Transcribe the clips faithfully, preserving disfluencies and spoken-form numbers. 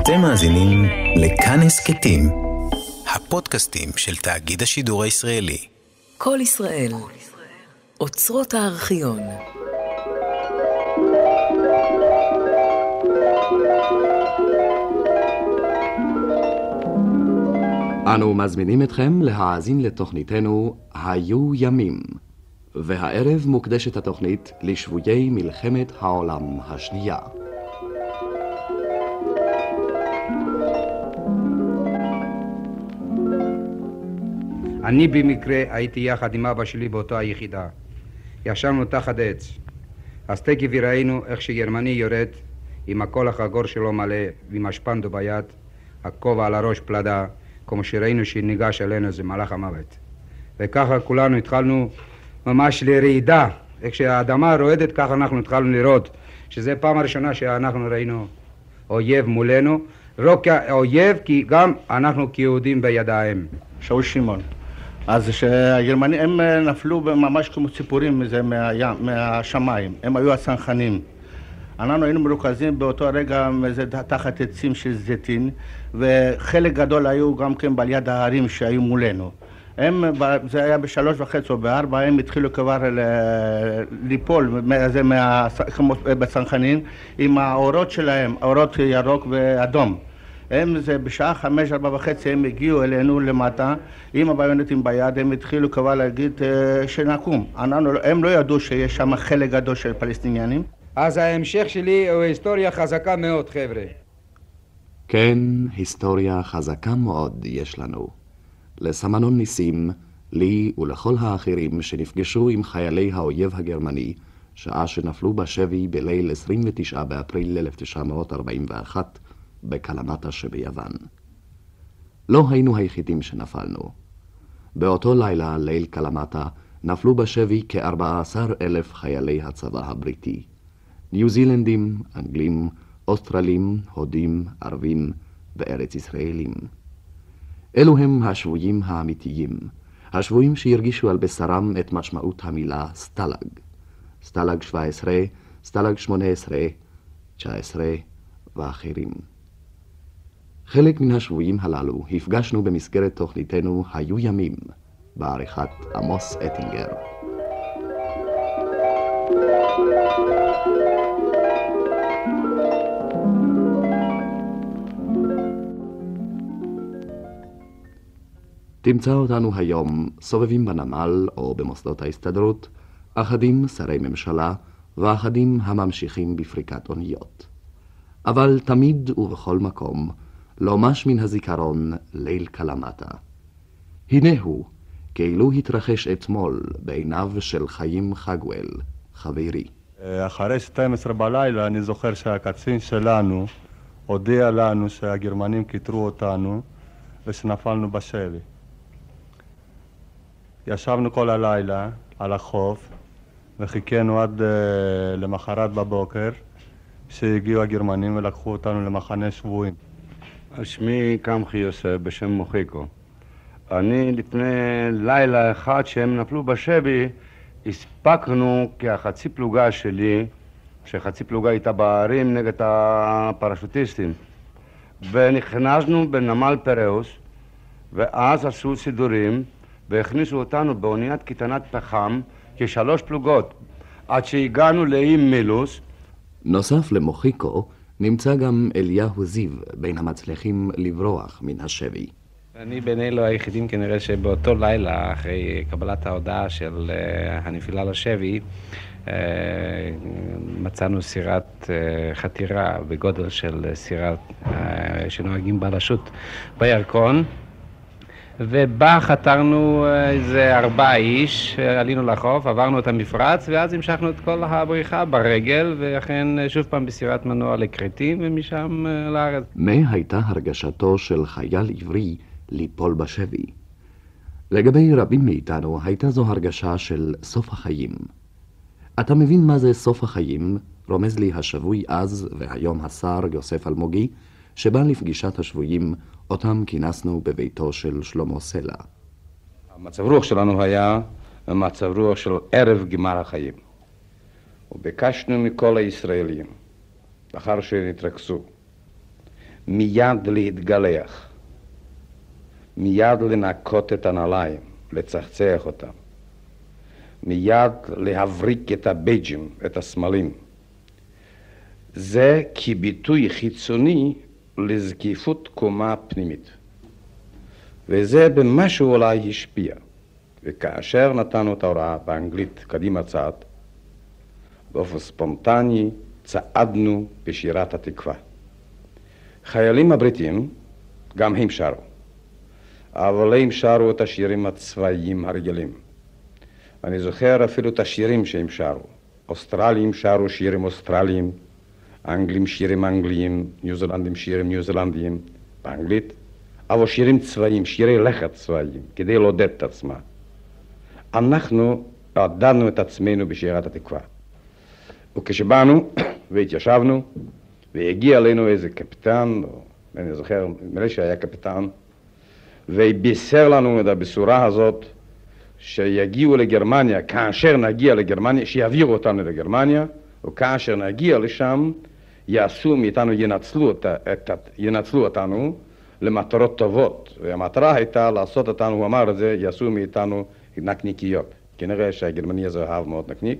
אתם מאזינים לכאן הסכתים, הפודקאסטים של תאגיד השידור הישראלי. כל ישראל, אוצרות הארכיון. אנו מזמינים אתכם להאזין לתוכניתנו היו ימים, והערב מוקדשת התוכנית לשבויי מלחמת העולם השנייה. אני במקרה הייתי יחד עם אבא שלי באותה היחידה. ישבנו תחת עץ. אז תכף ראינו איך שגרמני יורד עם הכוח הגור שלו מלא ועם השפנדו ביד, הכובע על הראש פלדה, כמו שראינו שניגש עלינו זה מלאך המוות. וככה כולנו התחלנו ממש לרעידה. איך שהאדמה רועדת ככה אנחנו התחלנו לראות, שזה פעם הראשונה שאנחנו ראינו אויב מולנו, לא כאויב כי גם אנחנו כיהודים בידיים. שאול שמעון. אז שהגרמנים הם נפלו ממש כמו ציפורים מזה מהים, מהשמיים, הם היו הצנחנים. אנחנו היינו מרוכזים באותו רגע תחת עצים של זיתים, וחלק גדול היו גם כן על יד ההרים שהיו מולנו. הם, זה היה בשלוש וחצי או בארבע, הם התחילו כבר ליפול בצנחנים עם האורות שלהם, אורות ירוק ואדום. הם זה בשעה חמש, ארבע וחצי הם הגיעו אלינו למטה עם הביונטים ביד, הם התחילו כבר להגיד שנקום. אנחנו, הם לא ידעו שיש שם חלק גדול של פלסטיניינים. אז ההמשך שלי הוא היסטוריה חזקה מאוד, חבר'ה. כן, היסטוריה חזקה מאוד יש לנו. לסמנון ניסים, לי ולכל האחרים שנפגשו עם חיילי האויב הגרמני, שעה שנפלו בשבי בליל עשרים ותשעה באפריל אלף תשע מאות ארבעים ואחת, בקלמטה שביוון. לא היינו היחידים שנפלנו. באותו לילה, ליל קלמטה, נפלו בשבי כ-ארבעה עשר אלף חיילי הצבא הבריטי. ניו זילנדים, אנגלים, אוסטרלים, הודים, ערבים וארץ ישראלים. אלו הם השבויים האמיתיים, השבויים שהרגישו על בשרם את משמעות המילה סטלג. סטלג שבע עשרה, סטלג שמונה עשרה, תשע עשרה ואחרים. חלק מן השבויים הללו הפגשנו במסגרת תוכניתנו היו ימים, בעריכת עמוס אטינגר. תמצא אותנו היום סובבים בנמל או במוסדות ההסתדרות, אחדים שרי ממשלה ואחדים הממשיכים בפריקת אוניות. אבל תמיד ובכל מקום לא מש מן הזיכרון ליל קלמטה. הנה הוא, כאילו התרחש אתמול בעיניו של חיים חגואל, חברי. אחרי שתים עשרה בלילה אני זוכר שהקצין שלנו הודיע לנו שהגרמנים קיטרו אותנו ושנפלנו בשבי. ישבנו כל הלילה על החוף וחיכינו עד uh, למחרת בבוקר שהגיעו הגרמנים ולקחו אותנו למחנה שבויים. שמי קמחי יוסף בשם מוחיקו. אני לפני לילה אחד שהם נפלו בשבי הספקנו כחצי פלוגה שלי, שחצי פלוגה הייתה בערים נגד הפרשוטיסטים, ונכנסנו בנמל פיראוס ואז עשו סידורים והכניסו אותנו באוניית קטנת פחם כשלוש פלוגות עד שהגענו לאי מילוס. נוסף למוחיקו נמצא גם אליהו זיו בין המצליחים לברוח מן השבי. אני בין אלו היחידים כנראה שבאותו לילה אחרי קבלת ההודעה של uh, הנפילה לשבי uh, מצאנו סירת uh, חתירה בגודל של סירת uh, שנוהגים בלשות בירקון, ובה חתרנו איזה ארבעה איש, עלינו לחוף, עברנו את המפרץ ואז המשכנו את כל הבריחה ברגל, ואכן שוב פעם בסירת מנוע לקרטים ומשם לארץ. מה הייתה הרגשתו של חייל עברי ליפול בשבי? לגבי רבים מאיתנו הייתה זו הרגשה של סוף החיים. אתה מבין מה זה סוף החיים? רומז לי השבוי אז והיום השר יוסף אלמוגי, שבא לפגישת השבויים אותם כינסנו בביתו של שלמה סלע. המצב רוח שלנו היה מצב רוח של ערב גמר החיים. וביקשנו מכל הישראלים, לאחר שנתרכזו, מיד להתגלח, מיד לנקות את הנעליים, לצחצח אותם, מיד להבריק את הבייג'ים, את הסמלים. זה כביטוי חיצוני לזקיפות קומה פנימית. וזה במשהו אולי השפיע. וכאשר נתנו את ההוראה באנגלית קדימה צעד, באופן ספונטני צעדנו בשירת התקווה. חיילים הבריטים, גם הם שרו, אבל הם שרו את השירים הצבאיים הרגילים. אני זוכר אפילו את השירים שהם שרו. אוסטרלים שרו שירים אוסטרליים, אנגלים שירים אנגליים, ניו זילנדים שירים ניו זילנדיים, באנגלית, אבל שירים צבאיים, שירי לכת צבאיים, כדי לעודד את עצמה. אנחנו עודדנו את עצמנו בשירת התקווה. וכשבאנו והתיישבנו, והגיע אלינו איזה קפטן, אני זוכר, נראה שהיה קפטן, ובישר לנו את הבשורה הזאת, שיגיעו לגרמניה, כאשר נגיע לגרמניה, שיעבירו אותנו לגרמניה, וכאשר נגיע לשם, יעשו מאיתנו, ינצלו, את, את, ינצלו אותנו למטרות טובות. והמטרה הייתה לעשות אותנו, הוא אמר את זה, יעשו מאיתנו נקניקיות. כנראה שהגרמני הזה אהב מאוד נקניק.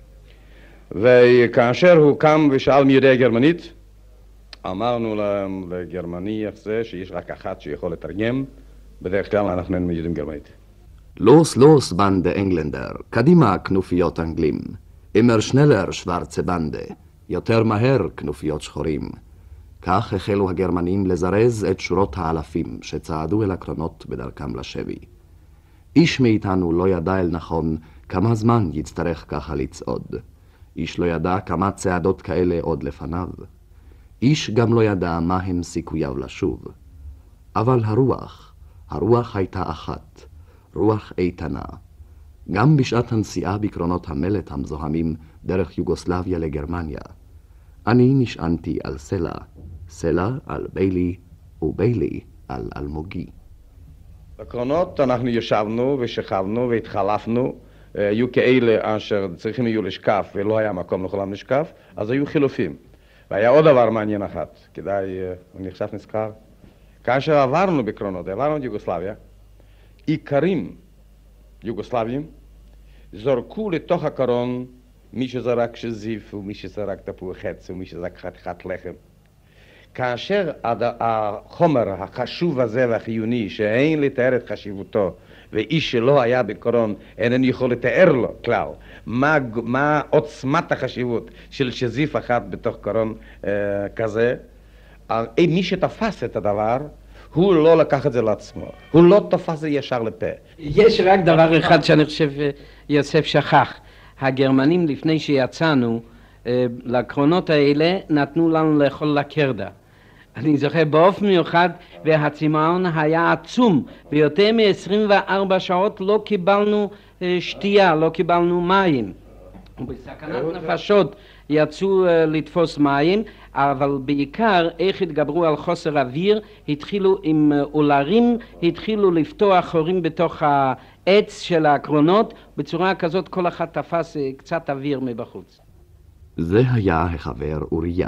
וכאשר הוא קם ושאל מי יודע גרמנית, אמרנו להם לגרמני הזה שיש רק אחת שיכול לתרגם, בדרך כלל אנחנו לא יודעים גרמנית. לוס לוס בנדה אנגלנדר, קדימה כנופיות אנגלים, אימר שנלר שוורצה בנדה, יותר מהר כנופיות שחורים. כך החלו הגרמנים לזרז את שורות האלפים שצעדו אל הקרונות בדרכם לשבי. איש מאיתנו לא ידע אל נכון כמה זמן יצטרך ככה לצעוד. איש לא ידע כמה צעדות כאלה עוד לפניו. איש גם לא ידע מה הם סיכוייו לשוב. אבל הרוח, הרוח הייתה אחת, רוח איתנה. גם בשעת הנסיעה בקרונות המלט המזוהמים דרך יוגוסלביה לגרמניה. אני נשענתי על סלע, סלע על ביילי וביילי על אלמוגי. בקרונות אנחנו ישבנו ושכבנו והתחלפנו. היו כאלה אשר צריכים היו לשקף ולא היה מקום לכולם לשקף, אז היו חילופים. והיה עוד דבר מעניין אחת, כדאי, אני עכשיו נזכר. כאשר עברנו בקרונות, עברנו את יוגוסלביה, עיקרים יוגוסלביים זורקו לתוך הקרון מי שזרק שזיף ומי שזרק תפוח חץ ומי שזרק חתיכת לחם. כאשר החומר החשוב הזה והחיוני שאין לתאר את חשיבותו ואיש שלא היה בקרון איננו יכול לתאר לו כלל מה, מה עוצמת החשיבות של שזיף אחת בתוך קרון אה, כזה, מי שתפס את הדבר הוא לא לקח את זה לעצמו, הוא לא תפס את זה ישר לפה. יש רק דבר אחד שאני חושב יוסף שכח. הגרמנים לפני שיצאנו לקרונות האלה נתנו לנו לאכול לקרדה. אני זוכר באופן מיוחד, והצמאון היה עצום, ויותר מ-עשרים וארבע שעות לא קיבלנו שתייה, לא קיבלנו מים. ובסכנת נפשות יצאו לתפוס מים, אבל בעיקר איך התגברו על חוסר אוויר, התחילו עם אולרים, התחילו לפתוח חורים בתוך העץ של הקרונות, בצורה כזאת כל אחד תפס קצת אוויר מבחוץ. זה היה החבר אוריה.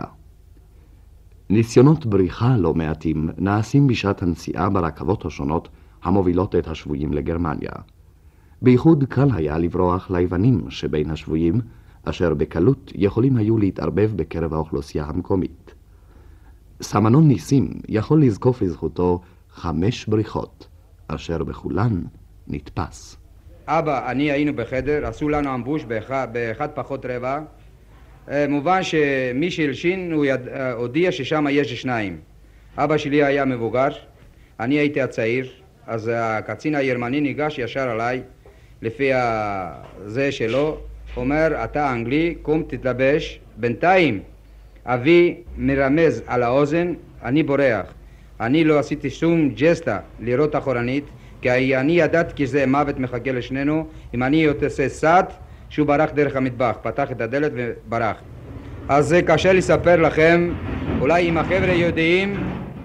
ניסיונות בריחה לא מעטים נעשים בשעת הנסיעה ברכבות השונות המובילות את השבויים לגרמניה. בייחוד קל היה לברוח ליוונים שבין השבויים, אשר בקלות יכולים היו להתערבב בקרב האוכלוסייה המקומית. סמנון ניסים יכול לזקוף לזכותו חמש בריחות, אשר בכולן נתפס. אבא, אני היינו בחדר, עשו לנו אמבוש באחד, באחד פחות רבע. מובן שמי שהלשין הוא יד... הודיע ששם יש שניים. אבא שלי היה מבוגר, אני הייתי הצעיר, אז הקצין הגרמני ניגש ישר עליי, לפי זה שלו, אומר, אתה אנגלי, קום תתלבש, בינתיים אבי מרמז על האוזן, אני בורח. אני לא עשיתי שום ג'סטה לראות אחורנית, כי אני ידעתי כי זה מוות מחכה לשנינו, אם אני יוצא סד, שהוא ברח דרך המטבח, פתח את הדלת וברח. אז זה קשה לספר לכם, אולי אם החבר'ה יודעים,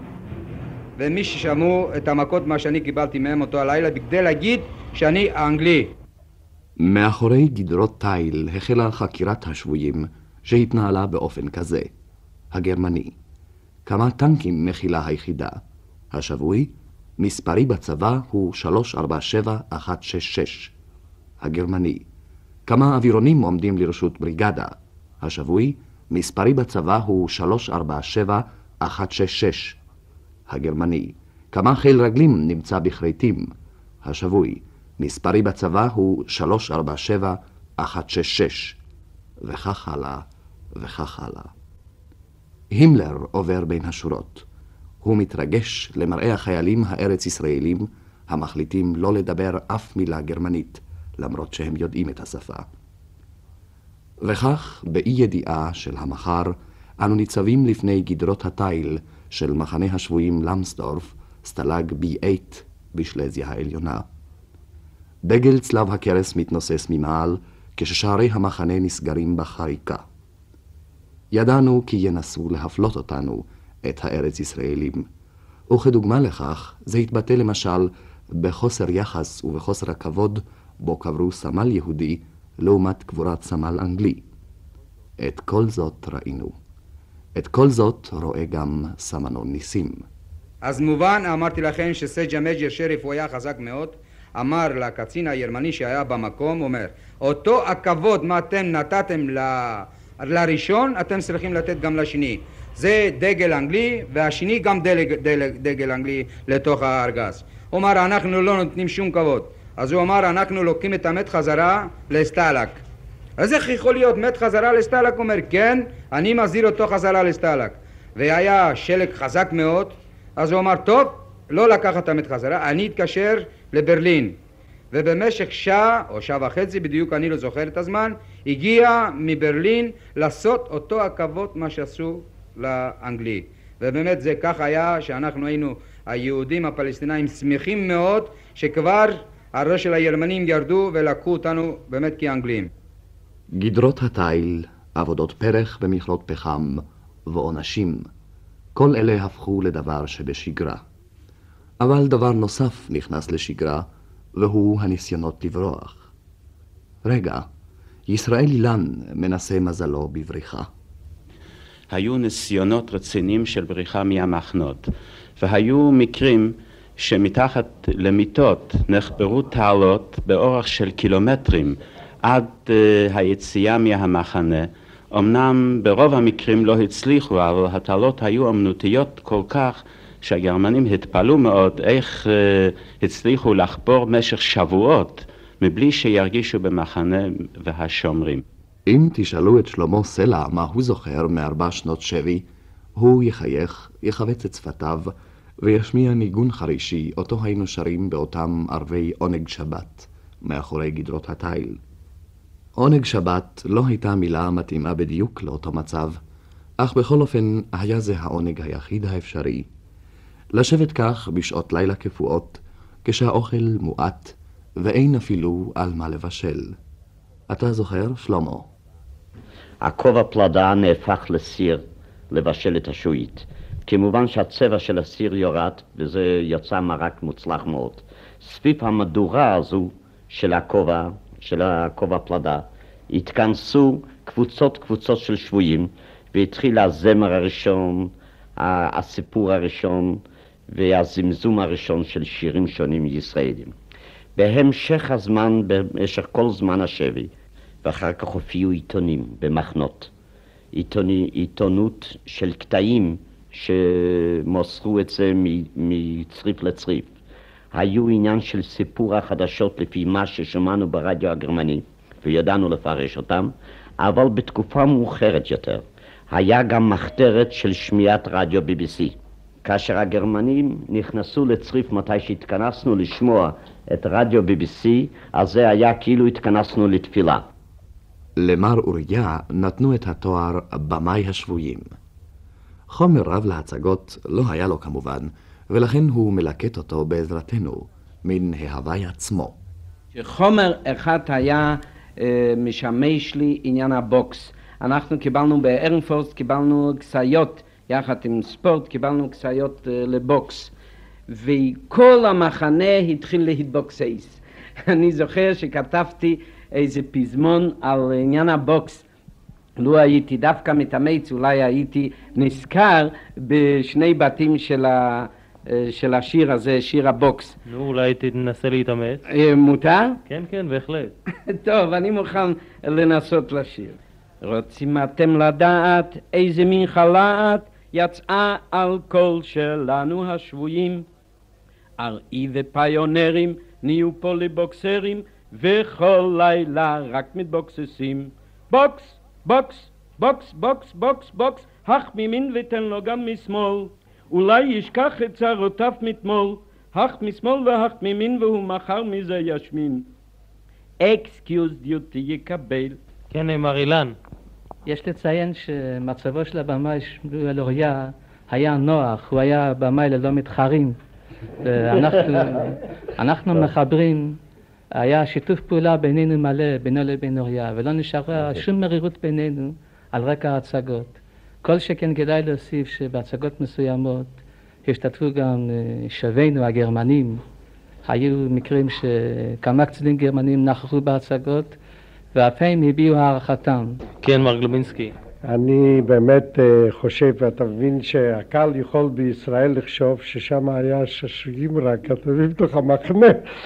ומי ששמעו את המכות מה שאני קיבלתי מהם אותו הלילה, בכדי להגיד שאני אנגלי. מאחורי גדרות תיל החלה חקירת השבויים שהתנהלה באופן כזה. הגרמני. כמה טנקים מכילה היחידה. השבועי, מספרי בצבא הוא שלוש ארבע שבע אחת שש שש. הגרמני, כמה אווירונים עומדים לרשות בריגדה. השבועי, מספרי בצבא הוא שלוש ארבע שבע אחת שש שש. הגרמני, כמה חיל רגלים נמצא בחרייטים. השבועי, מספרי בצבא הוא שלוש ארבע שבע אחת שש שש. וכך הלאה, וכך הלאה. הימלר עובר בין השורות. הוא מתרגש למראה החיילים הארץ ישראלים המחליטים לא לדבר אף מילה גרמנית, למרות שהם יודעים את השפה. וכך, באי ידיעה של המחר, אנו ניצבים לפני גדרות התיל של מחנה השבויים למסדורף, סטלג בי שמונה בשלזיה העליונה. דגל צלב הקרס מתנוסס ממעל, כששערי המחנה נסגרים בחריקה. ידענו כי ינסו להפלות אותנו, את הארץ ישראלים, וכדוגמה לכך זה התבטא למשל בחוסר יחס ובחוסר הכבוד בו קברו סמל יהודי לעומת קבורת סמל אנגלי. את כל זאת ראינו. את כל זאת רואה גם סמנון ניסים. אז מובן, אמרתי לכם שסג'ה מג'ר שריף הוא היה חזק מאוד, אמר לקצין הירמני שהיה במקום, אומר, אותו הכבוד מה אתם נתתם ל... לראשון, אתם צריכים לתת גם לשני. זה דגל אנגלי, והשני גם דלג, דלג, דגל אנגלי לתוך הארגז. הוא אמר, אנחנו לא נותנים שום כבוד. אז הוא אמר, אנחנו לוקחים את המת חזרה לסטלק. אז איך יכול להיות מת חזרה לסטלק? הוא אומר, כן, אני מזהיר אותו חזרה לסטלק. והיה שלג חזק מאוד, אז הוא אמר, טוב, לא לקחת את המת חזרה, אני אתקשר לברלין. ובמשך שעה או שעה וחצי, בדיוק אני לא זוכר את הזמן, הגיע מברלין לעשות אותו הכבוד מה שעשו לאנגלי. ובאמת זה כך היה שאנחנו היינו היהודים הפלסטינאים שמחים מאוד שכבר הראש של הירמנים ירדו ולקחו אותנו באמת כאנגלים. גדרות התיל, עבודות פרח במכרות פחם ועונשים, כל אלה הפכו לדבר שבשגרה. אבל דבר נוסף נכנס לשגרה, והוא הניסיונות לברוח. רגע, ישראל אילן מנסה מזלו בבריחה. היו ניסיונות רציניים של בריחה מהמחנות, והיו מקרים שמתחת למיטות נחפרו תעלות באורך של קילומטרים עד uh, היציאה מהמחנה. אמנם ברוב המקרים לא הצליחו, אבל התעלות היו אמנותיות כל כך שהגרמנים התפלאו מאוד איך uh, הצליחו לחפור משך שבועות מבלי שירגישו במחנה והשומרים. אם תשאלו את שלמה סלע מה הוא זוכר מארבע שנות שבי, הוא יחייך, יחבץ את שפתיו וישמיע ניגון חרישי אותו היינו שרים באותם ערבי עונג שבת מאחורי גדרות התיל. עונג שבת לא הייתה מילה מתאימה בדיוק לאותו מצב, אך בכל אופן היה זה העונג היחיד האפשרי. לשבת כך בשעות לילה קפואות, כשהאוכל מועט ואין אפילו על מה לבשל. אתה זוכר, שלמה? הכובע פלדה נהפך לסיר לבשל את השועית. כמובן שהצבע של הסיר יורד, וזה יצא מרק מוצלח מאוד. סביב המדורה הזו של הכובע, של הכובע פלדה, התכנסו קבוצות קבוצות של שבויים, והתחיל הזמר הראשון, הסיפור הראשון, והזמזום הראשון של שירים שונים ישראלים. בהמשך הזמן, במשך כל זמן השבי, ואחר כך הופיעו עיתונים במחנות. עיתוני, עיתונות של קטעים שמוסרו את זה מצריף לצריף. היו עניין של סיפור החדשות לפי מה ששמענו ברדיו הגרמני, וידענו לפרש אותם, אבל בתקופה מאוחרת יותר. היה גם מחתרת של שמיעת רדיו בי בי סי. כאשר הגרמנים נכנסו לצריף מתי שהתכנסנו לשמוע את רדיו בי בי סי, אז זה היה כאילו התכנסנו לתפילה. למר אוריה נתנו את התואר במאי השבויים. חומר רב להצגות לא היה לו כמובן, ולכן הוא מלקט אותו בעזרתנו, מן ההווי עצמו. חומר אחד היה אה, משמש לי עניין הבוקס. אנחנו קיבלנו בארנפורסט, קיבלנו קסיות, יחד עם ספורט, קיבלנו קסיות אה, לבוקס. וכל המחנה התחיל להתבוקסס. אני זוכר שכתבתי איזה פזמון על עניין הבוקס. לו הייתי דווקא מתאמץ, אולי הייתי נזכר בשני בתים של, ה, של השיר הזה, שיר הבוקס. נו, אולי תנסה להתאמץ. מותר? כן, כן, בהחלט. טוב, אני מוכן לנסות לשיר. רוצים אתם לדעת איזה מין חלעת יצאה על כל שלנו השבויים? אראי ופיונרים נהיו פה לבוקסרים, וכל לילה רק מתבוקססים. בוקס, בוקס, בוקס, בוקס, בוקס, בוקס, הך מימין ותן לו גם משמאל. אולי ישכח את צרותיו מתמול, הך משמאל והך מימין והוא מחר מזה ישמין. אקסקיוז דיוטי יקבל. כן, מר אילן. יש לציין שמצבו של הבמאי שמואל לוריה היה נוח, הוא היה במאי ללא מתחרים. ואנחנו אנחנו מחברים, היה שיתוף פעולה בינינו מלא, בינו לבין לוריה, ולא נשארה שום מרירות בינינו על רקע ההצגות. כל שכן כדאי להוסיף שבהצגות מסוימות השתתפו גם שווינו הגרמנים. היו מקרים שכמה קצינים גרמנים נכחו בהצגות, ואף הם הביעו הערכתם. כן, מר גלובינסקי. אני באמת חושב, ואתה מבין שהקהל יכול בישראל לחשוב ששם היה ששויים רק, אתה מבין, בתוך המחנה.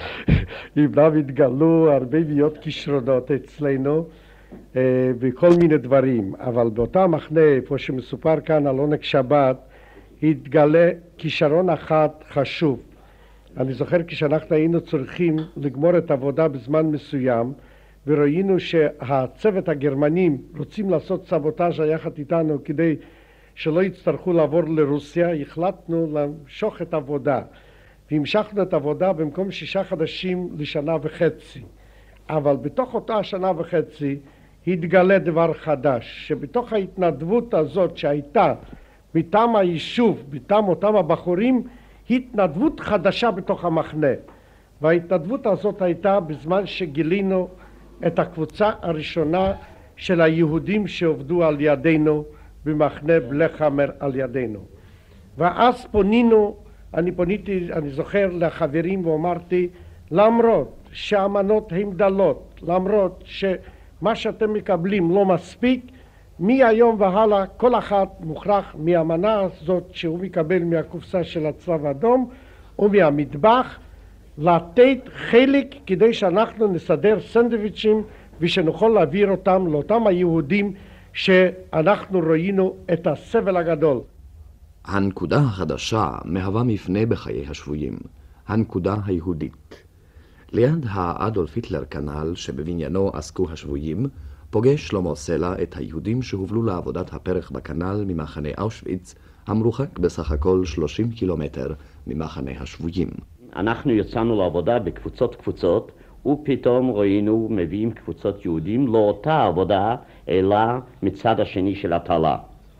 אמנם התגלו הרבה מאוד כישרונות אצלנו בכל מיני דברים, אבל באותה מחנה, איפה שמסופר כאן על עונג שבת, התגלה כישרון אחד חשוב. אני זוכר כשאנחנו היינו צריכים לגמור את העבודה בזמן מסוים, וראינו שהצוות הגרמנים רוצים לעשות סבוטאז' יחד איתנו כדי שלא יצטרכו לעבור לרוסיה, החלטנו למשוך את העבודה, והמשכנו את העבודה במקום שישה חודשים לשנה וחצי. אבל בתוך אותה שנה וחצי התגלה דבר חדש, שבתוך ההתנדבות הזאת שהייתה מטעם היישוב, מטעם אותם הבחורים, התנדבות חדשה בתוך המחנה. וההתנדבות הזאת הייתה בזמן שגילינו את הקבוצה הראשונה של היהודים שעובדו על ידינו במחנה בלחמר על ידינו. ואז פונינו, אני פוניתי, אני זוכר לחברים ואמרתי, למרות שהאמנות הן דלות, למרות שמה שאתם מקבלים לא מספיק, מהיום והלאה כל אחד מוכרח מהאמנה הזאת שהוא מקבל מהקופסה של הצלב האדום ומהמטבח, לתת חלק כדי שאנחנו נסדר סנדוויצ'ים ושנוכל להעביר אותם לאותם היהודים שאנחנו ראינו את הסבל הגדול. הנקודה החדשה מהווה מפנה בחיי השבויים, הנקודה היהודית. ליד האדולף היטלר כנ"ל שבבניינו עסקו השבויים, פוגש שלמה סלע את היהודים שהובלו לעבודת הפרח בכנ"ל ממחנה אושוויץ, המרוחק בסך הכל שלושים קילומטר ממחנה השבויים. אנחנו יצאנו לעבודה בקבוצות קבוצות, ופתאום ראינו מביאים קבוצות יהודים לאותה עבודה, אלא מצד השני של התעלה.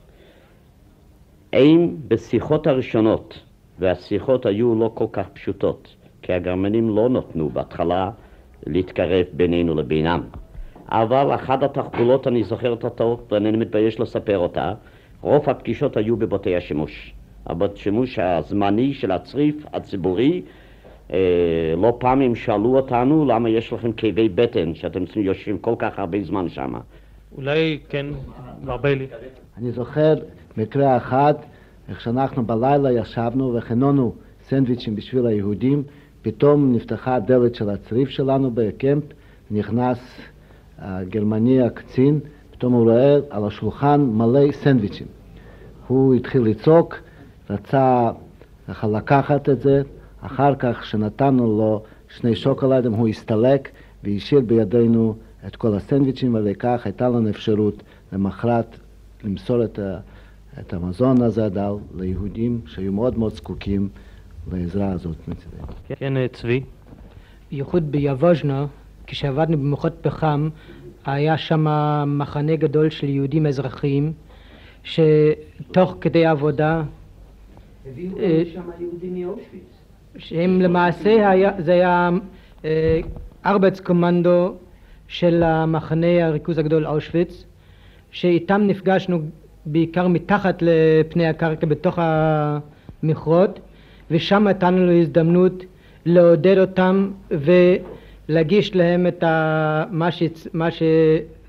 הם בשיחות הראשונות, והשיחות היו לא כל כך פשוטות, כי הגרמנים לא נתנו בהתחלה להתקרב בינינו לבינם. אבל אחת התחבולות, אני זוכר אותה טוב, ואני מתבייש לספר אותה, רוב הפגישות היו בבתי השימוש. הבית שימוש הזמני של הצריף הציבורי, אה, לא פעם הם שאלו אותנו למה יש לכם כאבי בטן, שאתם יושבים כל כך הרבה זמן שם. אולי כן, הרבה לי. אני זוכר מקרה אחד, איך שאנחנו בלילה ישבנו וכנונו סנדוויצ'ים בשביל היהודים, פתאום נפתחה הדלת של הצריף שלנו בקמפ, נכנס הגרמני הקצין, פתאום הוא רואה על השולחן מלא סנדוויצ'ים. הוא התחיל לצעוק, רצה לקחת את זה, אחר כך שנתנו לו שני שוקולדים הוא הסתלק והשאיר בידינו את כל הסנדוויצ'ים, ולכך הייתה לנו אפשרות למחרת למסור את, ה, את המזון הזה דל ליהודים שהיו מאוד מאוד זקוקים לעזרה הזאת. כן, צבי. בייחוד ביווז'נה, כשעבדנו במוחות פחם, היה שם מחנה גדול של יהודים אזרחיים, שתוך כדי עבודה הביאו שם יהודים מאושוויץ. שהם למעשה, היה, זה היה ארבץ קומנדו של המחנה הריכוז הגדול אושוויץ, שאיתם נפגשנו בעיקר מתחת לפני הקרקע בתוך המכרות, ושם נתנו לו הזדמנות לעודד אותם ולהגיש להם את ה, מה, ש, מה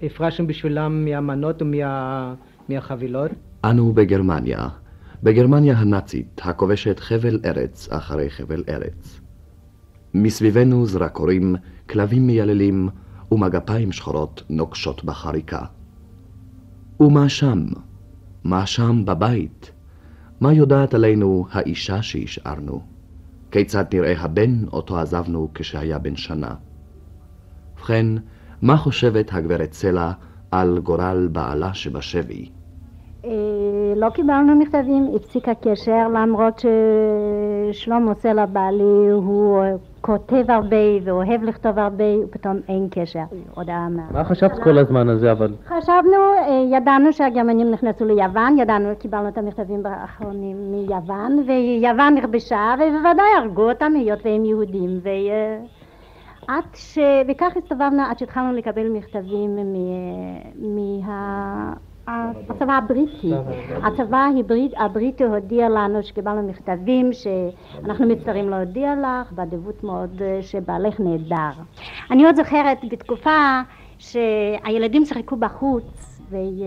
הפרשנו בשבילם מהמנות ומה, מהחבילות. אנו בגרמניה, בגרמניה הנאצית, הכובשת חבל ארץ אחרי חבל ארץ. מסביבנו זרקורים, כלבים מייללים ומגפיים שחורות נוקשות בחריקה. ומה שם? מה שם בבית? מה יודעת עלינו האישה שהשארנו? כיצד נראה הבן אותו עזבנו כשהיה בן שנה? ובכן, מה חושבת הגברת סלע על גורל בעלה שבשבי? לא קיבלנו מכתבים, הפסיק הקשר, למרות ששלמה סלע בעלי הוא כותב הרבה ואוהב לכתוב הרבה, ופתאום אין קשר. הודעה מה... מה חשבת כל הזמן הזה אבל? חשבנו, ידענו שהגרמנים נכנסו ליוון, ידענו, קיבלנו את המכתבים האחרונים מיוון, ויוון נכבשה, ובוודאי הרגו אותם היות והם יהודים, ו... עד ש... וכך הסתובבנו עד שהתחלנו לקבל מכתבים מה... הצבא הבריטי. הצבא הבריטי הודיע לנו שקיבלנו מכתבים שאנחנו מצטערים להודיע לך, באדיבות מאוד שבעלך נהדר. אני עוד זוכרת בתקופה שהילדים שחקו בחוץ,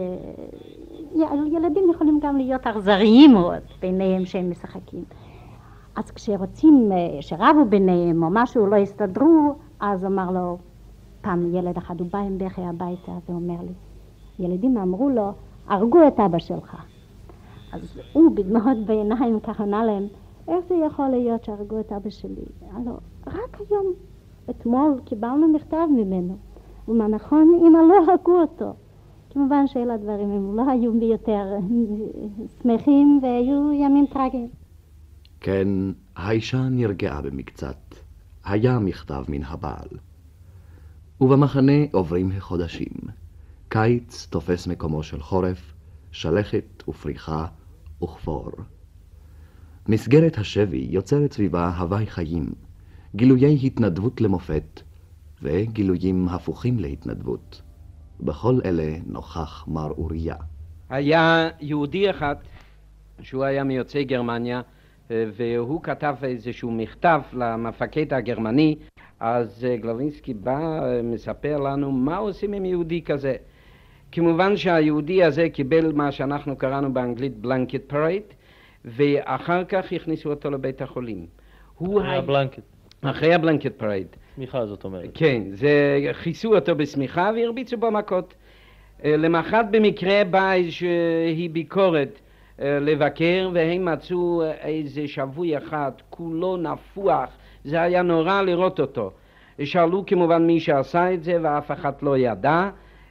וילדים יכולים גם להיות אכזריים מאוד ביניהם שהם משחקים. אז כשרוצים שרבו ביניהם או משהו לא הסתדרו, אז אמר לו פעם ילד אחד, הוא בא עם בכי הביתה ואומר לי, ילדים אמרו לו, הרגו את אבא שלך. אז הוא בדמעות בעיניים ככה ענה להם, איך זה יכול להיות שהרגו את אבא שלי? הלו, רק היום, אתמול קיבלנו מכתב ממנו. ומה נכון, אמא לא הרגו אותו. כמובן שאלה הדברים הם לא היו ביותר שמחים והיו ימים טרגיים. כן, האישה נרגעה במקצת. היה מכתב מן הבעל. ובמחנה עוברים החודשים. קיץ תופס מקומו של חורף, שלכת ופריחה וכפור. מסגרת השבי יוצרת סביבה הווי חיים, גילויי התנדבות למופת וגילויים הפוכים להתנדבות. בכל אלה נוכח מר אוריה. היה יהודי אחד שהוא היה מיוצאי גרמניה, והוא כתב איזשהו מכתב למפקד הגרמני. אז גלווינסקי בא, מספר לנו מה עושים עם יהודי כזה. כמובן שהיהודי הזה קיבל מה שאנחנו קראנו באנגלית בלנקט פרייד, ואחר כך הכניסו אותו לבית החולים. אחרי הבלנקט. אחרי הבלנקט פרייד. סמיכה זאת אומרת. כן, זה כיסו אותו בסמיכה והרביצו בו מכות. למחרת במקרה באה איזושהי ביקורת לבקר, והם מצאו איזה שבוי אחד, כולו נפוח, זה היה נורא לראות אותו. שאלו כמובן מי שעשה את זה, ואף אחד לא ידע,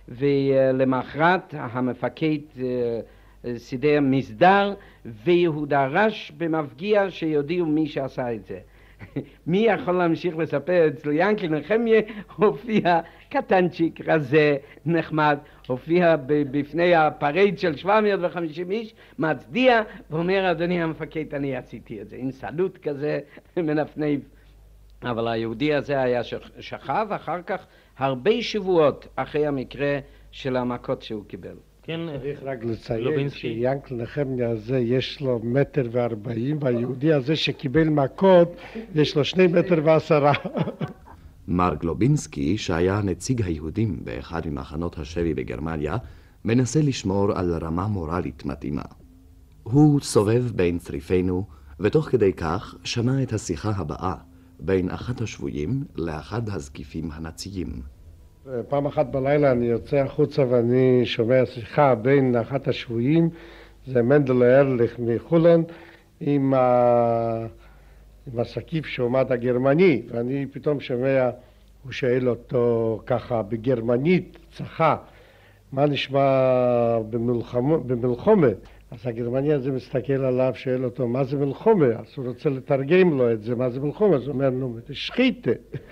ולמחרת המפקד סידר מסדר, והוא דרש במפגיע שיודיעו מי שעשה את זה. מי יכול להמשיך לספר? אצל ינקל נחמיה הופיע קטנצ'יק רזה נחמד, הופיע בפני הפרייד של שבע מאות וחמישים איש, מצדיע ואומר, אדוני המפקד, אני עשיתי את זה, עם סלוט כזה מנפנף. אבל היהודי הזה היה שכב אחר כך הרבה שבועות אחרי המקרה של המכות שהוא קיבל. כן, צריך רק לציין שיאנקל נחמיה הזה יש לו מטר וארבעים, והיהודי הזה שקיבל מכות יש לו שני מטר ועשרה. מר גלובינסקי, שהיה נציג היהודים באחד ממחנות השבי בגרמניה, מנסה לשמור על רמה מורלית מתאימה. הוא סובב בין צריפינו, ותוך כדי כך שמע את השיחה הבאה בין אחת השבויים לאחד הזקיפים הנאציים. פעם אחת בלילה אני יוצא החוצה ואני שומע שיחה בין אחת השבויים, זה מנדל ארליך מחולון, עם, ה... עם הסקיף שעומד הגרמני, ואני פתאום שומע, הוא שואל אותו ככה בגרמנית, צחה, מה נשמע במלחמה? במלחמה? אז הגרמני הזה מסתכל עליו, שואל אותו, מה זה מלחמה? אז הוא רוצה לתרגם לו את זה, מה זה מלחמה? אז הוא אומר, נו, שחיתה.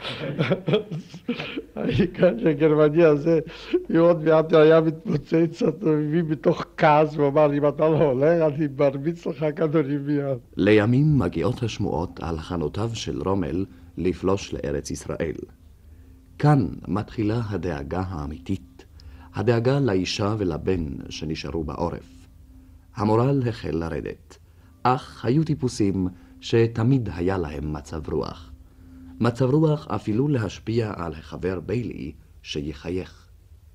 העיקר שהגרמני הזה, עוד מעט היה מתפוצץ, אתה מביא בתוך כעס, ואומר, אם אתה לא הולך, אני מרביץ לך כדורים מיד. לימים מגיעות השמועות על הכנותיו של רומל לפלוש לארץ ישראל. כאן מתחילה הדאגה האמיתית, הדאגה לאישה ולבן שנשארו בעורף. המורל החל לרדת, אך היו טיפוסים שתמיד היה להם מצב רוח. מצב רוח אפילו להשפיע על החבר ביילי שיחייך.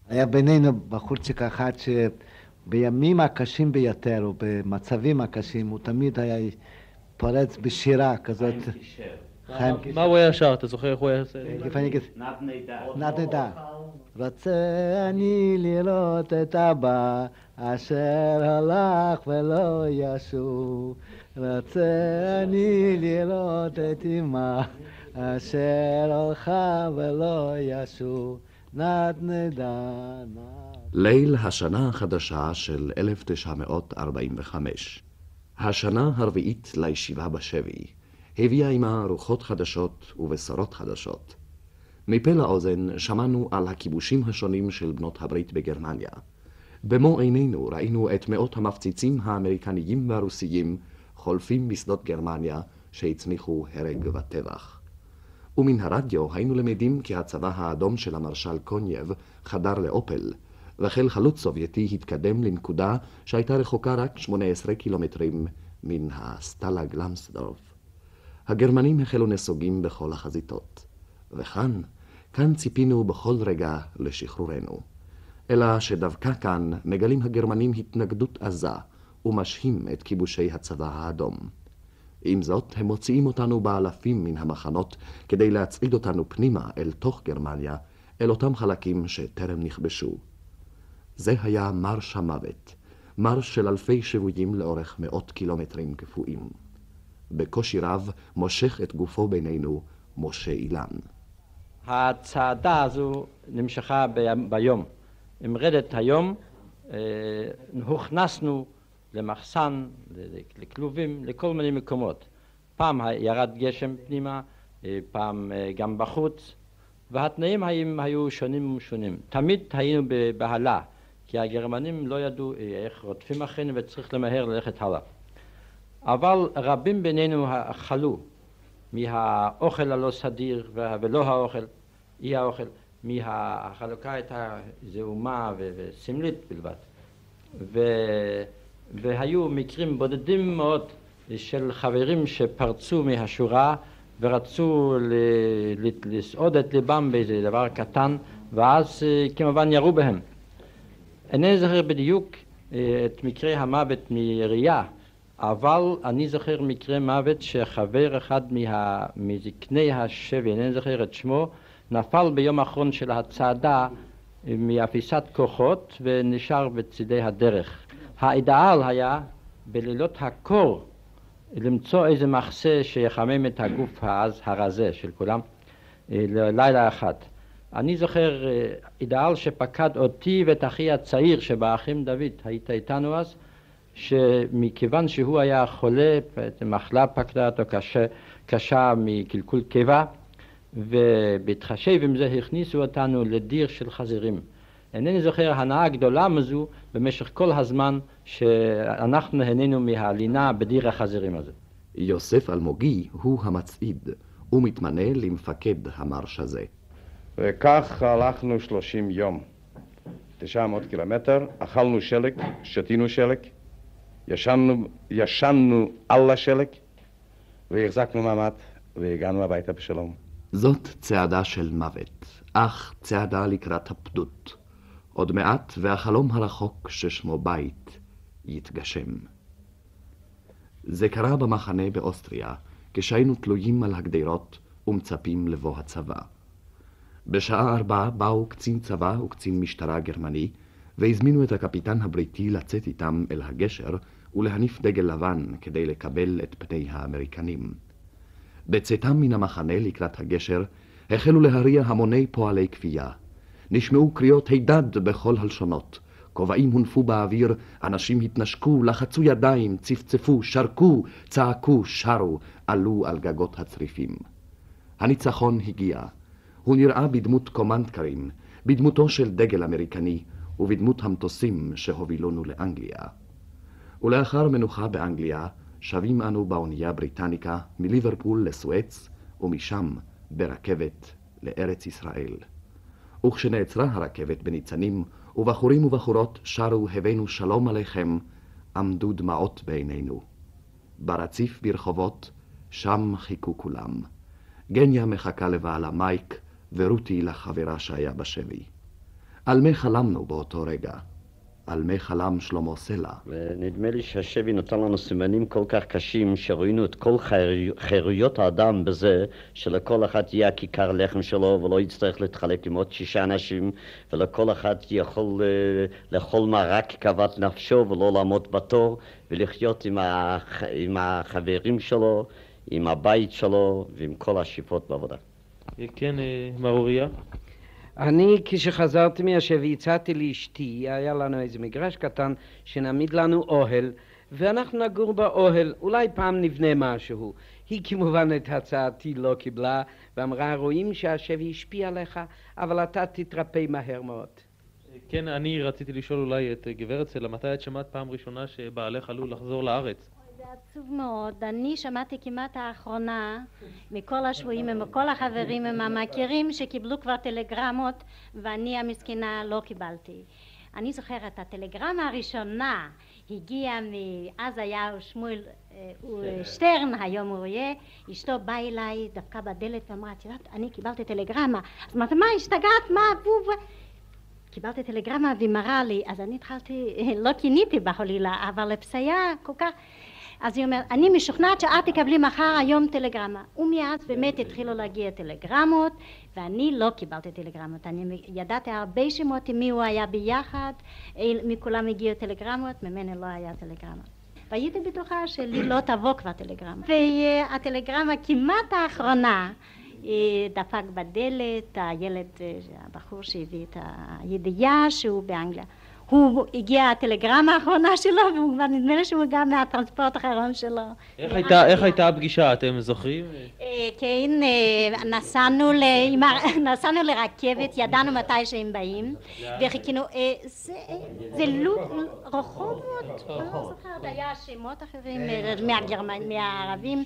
היה בינינו בחורצ'יק אחד שבימים הקשים ביותר, או במצבים הקשים, הוא תמיד היה פורץ בשירה כזאת. חיים קישר. מה הוא היה שר? אתה זוכר איך הוא היה עושה? לפני אגיד. נדנדה. נדנדה. רוצה אני לראות את אבא אשר הלך ולא ישוב. רוצה אני לראות את אמא אשר הלכה ולא ישוב. נדנדה. ליל השנה החדשה של אלף תשע מאות ארבעים וחמש. השנה הרביעית לישיבה בשבי הביאה עמה רוחות חדשות ובשורות חדשות. מפה לאוזן שמענו על הכיבושים השונים של בנות הברית בגרמניה. במו עינינו ראינו את מאות המפציצים האמריקניים והרוסיים חולפים בשדות גרמניה שהצמיחו הרג וטבח. ומן הרדיו היינו למדים כי הצבא האדום של המרשל קונייב חדר לאופל, וחיל חלוץ סובייטי התקדם לנקודה שהייתה רחוקה רק שמונה עשרה קילומטרים מן הסטלג למסדורף. הגרמנים החלו נסוגים בכל החזיתות, וכאן, כאן ציפינו בכל רגע לשחרורנו. אלא שדווקא כאן מגלים הגרמנים התנגדות עזה ומשהים את כיבושי הצבא האדום. עם זאת, הם מוציאים אותנו באלפים מן המחנות כדי להצעיד אותנו פנימה אל תוך גרמניה, אל אותם חלקים שטרם נכבשו. זה היה מרש המוות, מרש של אלפי שבויים לאורך מאות קילומטרים קפואים. בקושי רב מושך את גופו בינינו משה אילן. הצעדה הזו נמשכה ב- ביום. עם רדת היום אה, הוכנסנו למחסן, לכלובים, לכל מיני מקומות. פעם ירד גשם פנימה, אה, פעם אה, גם בחוץ, והתנאים היו, היו שונים ושונים. תמיד היינו בבהלה, כי הגרמנים לא ידעו איך רודפים אחרינו וצריך למהר ללכת הלאה. אבל רבים בינינו חלו מהאוכל הלא סדיר ולא האוכל, אי האוכל, מהחלוקה הייתה זעומה וסמלית בלבד. ו... והיו מקרים בודדים מאוד של חברים שפרצו מהשורה ורצו ל... לסעוד את ליבם באיזה דבר קטן, ואז כמובן ירו בהם. אינני זוכר בדיוק את מקרה המוות מירייה, אבל אני זוכר מקרה מוות שחבר אחד מה... מזקני השבי, אינני זוכר את שמו, נפל ביום האחרון של הצעדה מאפיסת כוחות ונשאר בצידי הדרך. האידאל היה בלילות הקור למצוא איזה מחסה שיחמם את הגוף העז הרזה של כולם ללילה אחד. אני זוכר אידאל שפקד אותי ואת אחי הצעיר שבאחים דוד, היית איתנו אז, שמכיוון שהוא היה חולה, מחלה פקדה אותו קשה, קשה מקלקול קיבה, ובהתחשב עם זה הכניסו אותנו לדיר של חזירים. אינני זוכר הנאה גדולה מזו במשך כל הזמן שאנחנו נהנינו מהלינה בדיר החזירים הזה. יוסף אלמוגי הוא המצעיד, הוא מתמנה למפקד המרש הזה. וכך הלכנו שלושים יום, תשע מאות קילומטר, אכלנו שלג, שתינו שלג, ישנו, ישנו על השלג, והחזקנו מעמד והגענו הביתה בשלום. זאת צעדה של מוות, אך צעדה לקראת הפדות. עוד מעט והחלום הרחוק ששמו בית יתגשם. זה קרה במחנה באוסטריה, כשהיינו תלויים על הגדרות ומצפים לבוא הצבא. בשעה ארבע באו קצין צבא וקצין משטרה גרמני, והזמינו את הקפיטן הבריטי לצאת איתם אל הגשר ולהניף דגל לבן כדי לקבל את פני האמריקנים. בצאתם מן המחנה לקראת הגשר החלו להריע המוני פועלי כפייה. נשמעו קריאות הידד בכל הלשונות, כובעים הונפו באוויר, אנשים התנשקו, לחצו ידיים, צפצפו, שרקו, צעקו, שרו, עלו על גגות הצריפים. הניצחון הגיע. הוא נראה בדמות קומנדקרים, בדמותו של דגל אמריקני ובדמות המטוסים שהובילונו לאנגליה. ולאחר מנוחה באנגליה שבים אנו באונייה בריטניקה מליברפול לסואץ ומשם ברכבת לארץ ישראל. וכשנעצרה הרכבת בניצנים ובחורים ובחורות שרו הבאנו שלום עליכם, עמדו דמעות בעינינו. ברציף ברחובות שם חיכו כולם. גניה מחכה לבעלה מייק ורותי לחברה שהיה בשבי. על מה חלמנו באותו רגע? על מה חלם שלמה סלע? נדמה לי שהשבי נותן לנו סימנים כל כך קשים שראינו את כל חירויות האדם בזה שלכל אחד יהיה הכיכר לחם שלו ולא יצטרך להתחלק עם עוד שישה אנשים ולכל אחד יכול לאכול מרק כאוות נפשו ולא לעמוד בתור ולחיות עם, הח... עם החברים שלו, עם הבית שלו ועם כל השאיפות בעבודה. כן, מר אוריה? אני כשחזרתי מהשבי הצעתי לאשתי, היה לנו איזה מגרש קטן שנעמיד לנו אוהל ואנחנו נגור באוהל, אולי פעם נבנה משהו. היא כמובן את הצעתי לא קיבלה ואמרה, רואים שהשבי השפיע עליך אבל אתה תתרפא מהר מאוד. כן, אני רציתי לשאול אולי את גברת סלע, מתי את שמעת פעם ראשונה שבעלך עלול לחזור לארץ? זה עצוב מאוד. אני שמעתי כמעט האחרונה מכל השבויים ומכל החברים והמכירים שקיבלו כבר טלגרמות ואני המסכנה לא קיבלתי. אני זוכרת, הטלגרמה הראשונה הגיעה מאז היה שמואל שטרן, היום הוא יהיה, אשתו באה אליי דווקא בדלת ואמרה, את יודעת, אני קיבלתי טלגרמה. אז אמרתי, מה, השתגעת? מה? בוב? קיבלתי טלגרמה והיא מראה לי, אז אני התחלתי, לא כיניתי בחלילה, אבל לפסיה כל כך... אז היא אומרת, אני משוכנעת שאת תקבלי מחר היום טלגרמה. ומאז באמת התחילו להגיע טלגרמות, ואני לא קיבלתי טלגרמות. אני ידעתי הרבה שמות עם מי הוא היה ביחד, מכולם הגיעו טלגרמות, ממני לא היה טלגרמה. והייתי בטוחה שלי לא תבוא כבר טלגרמה. והטלגרמה כמעט האחרונה, דפק בדלת, הילד, הבחור שהביא את הידיעה שהוא באנגליה. הוא הגיע הטלגרמה האחרונה שלו, והוא כבר נדמה לי שהוא גם מהטרנספורט האחרון שלו. איך הייתה, איך הייתה הפגישה, אתם זוכרים? כן, נסענו, נסענו לרכבת, ידענו מתי שהם באים, וחיכינו, זה רחובות, לא זוכרת, היה שמות אחרים מהערבים,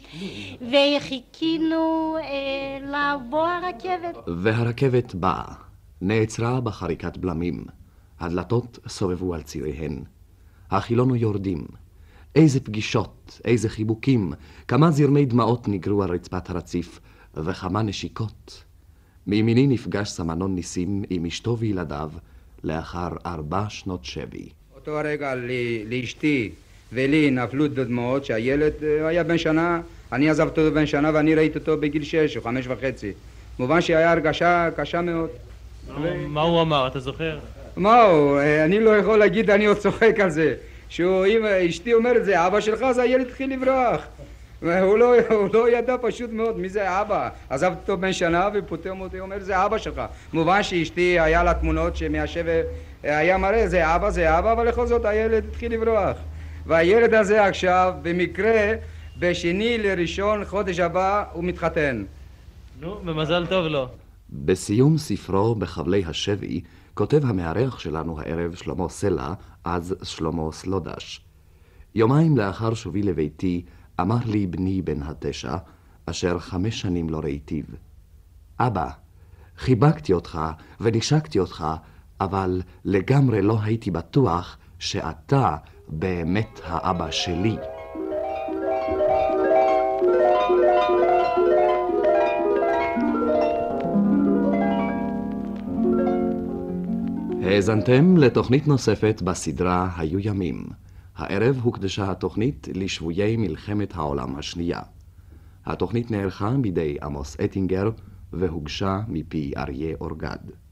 וחיכינו לבוא הרכבת. והרכבת באה, נעצרה בחריקת בלמים. הדלתות סובבו על ציריהן. החילונו יורדים. איזה פגישות, איזה חיבוקים, כמה זרמי דמעות נגרו על רצפת הרציף, וכמה נשיקות. מימיני נפגש סמנון ניסים עם אשתו וילדיו, לאחר ארבע שנות שבי. אותו הרגע לאשתי ולי נפלו דמעות שהילד היה בן שנה, אני עזבתי אותו בן שנה ואני ראיתי אותו בגיל שש או חמש וחצי. מובן שהיה הרגשה קשה מאוד. מה הוא אמר, אתה זוכר? מה הוא, אני לא יכול להגיד, אני עוד צוחק על זה. שאם אשתי אומרת זה אבא שלך, אז הילד התחיל לברוח. הוא לא, הוא לא ידע פשוט מאוד מי זה אבא. עזבתי אותו בן שנה ופתאום הוא אומר זה אבא שלך. מובן שאשתי היה לה תמונות שמהשבע היה מראה זה אבא, זה אבא, אבל לכל זאת הילד התחיל לברוח. והילד הזה עכשיו במקרה בשני לראשון חודש הבא הוא מתחתן. נו, במזל טוב לו. בסיום ספרו בחבלי השבי כותב המארח שלנו הערב שלמה סלע, אז שלמה סלודש. יומיים לאחר שובי לביתי אמר לי בני בן התשע, אשר חמש שנים לא ראיתיו. אבא, חיבקתי אותך ונשקתי אותך, אבל לגמרי לא הייתי בטוח שאתה באמת האבא שלי. האזנתם לתוכנית נוספת בסדרה היו ימים. הערב הוקדשה התוכנית לשבויי מלחמת העולם השנייה. התוכנית נערכה בידי עמוס אטינגר והוגשה מפי אריה אורגד.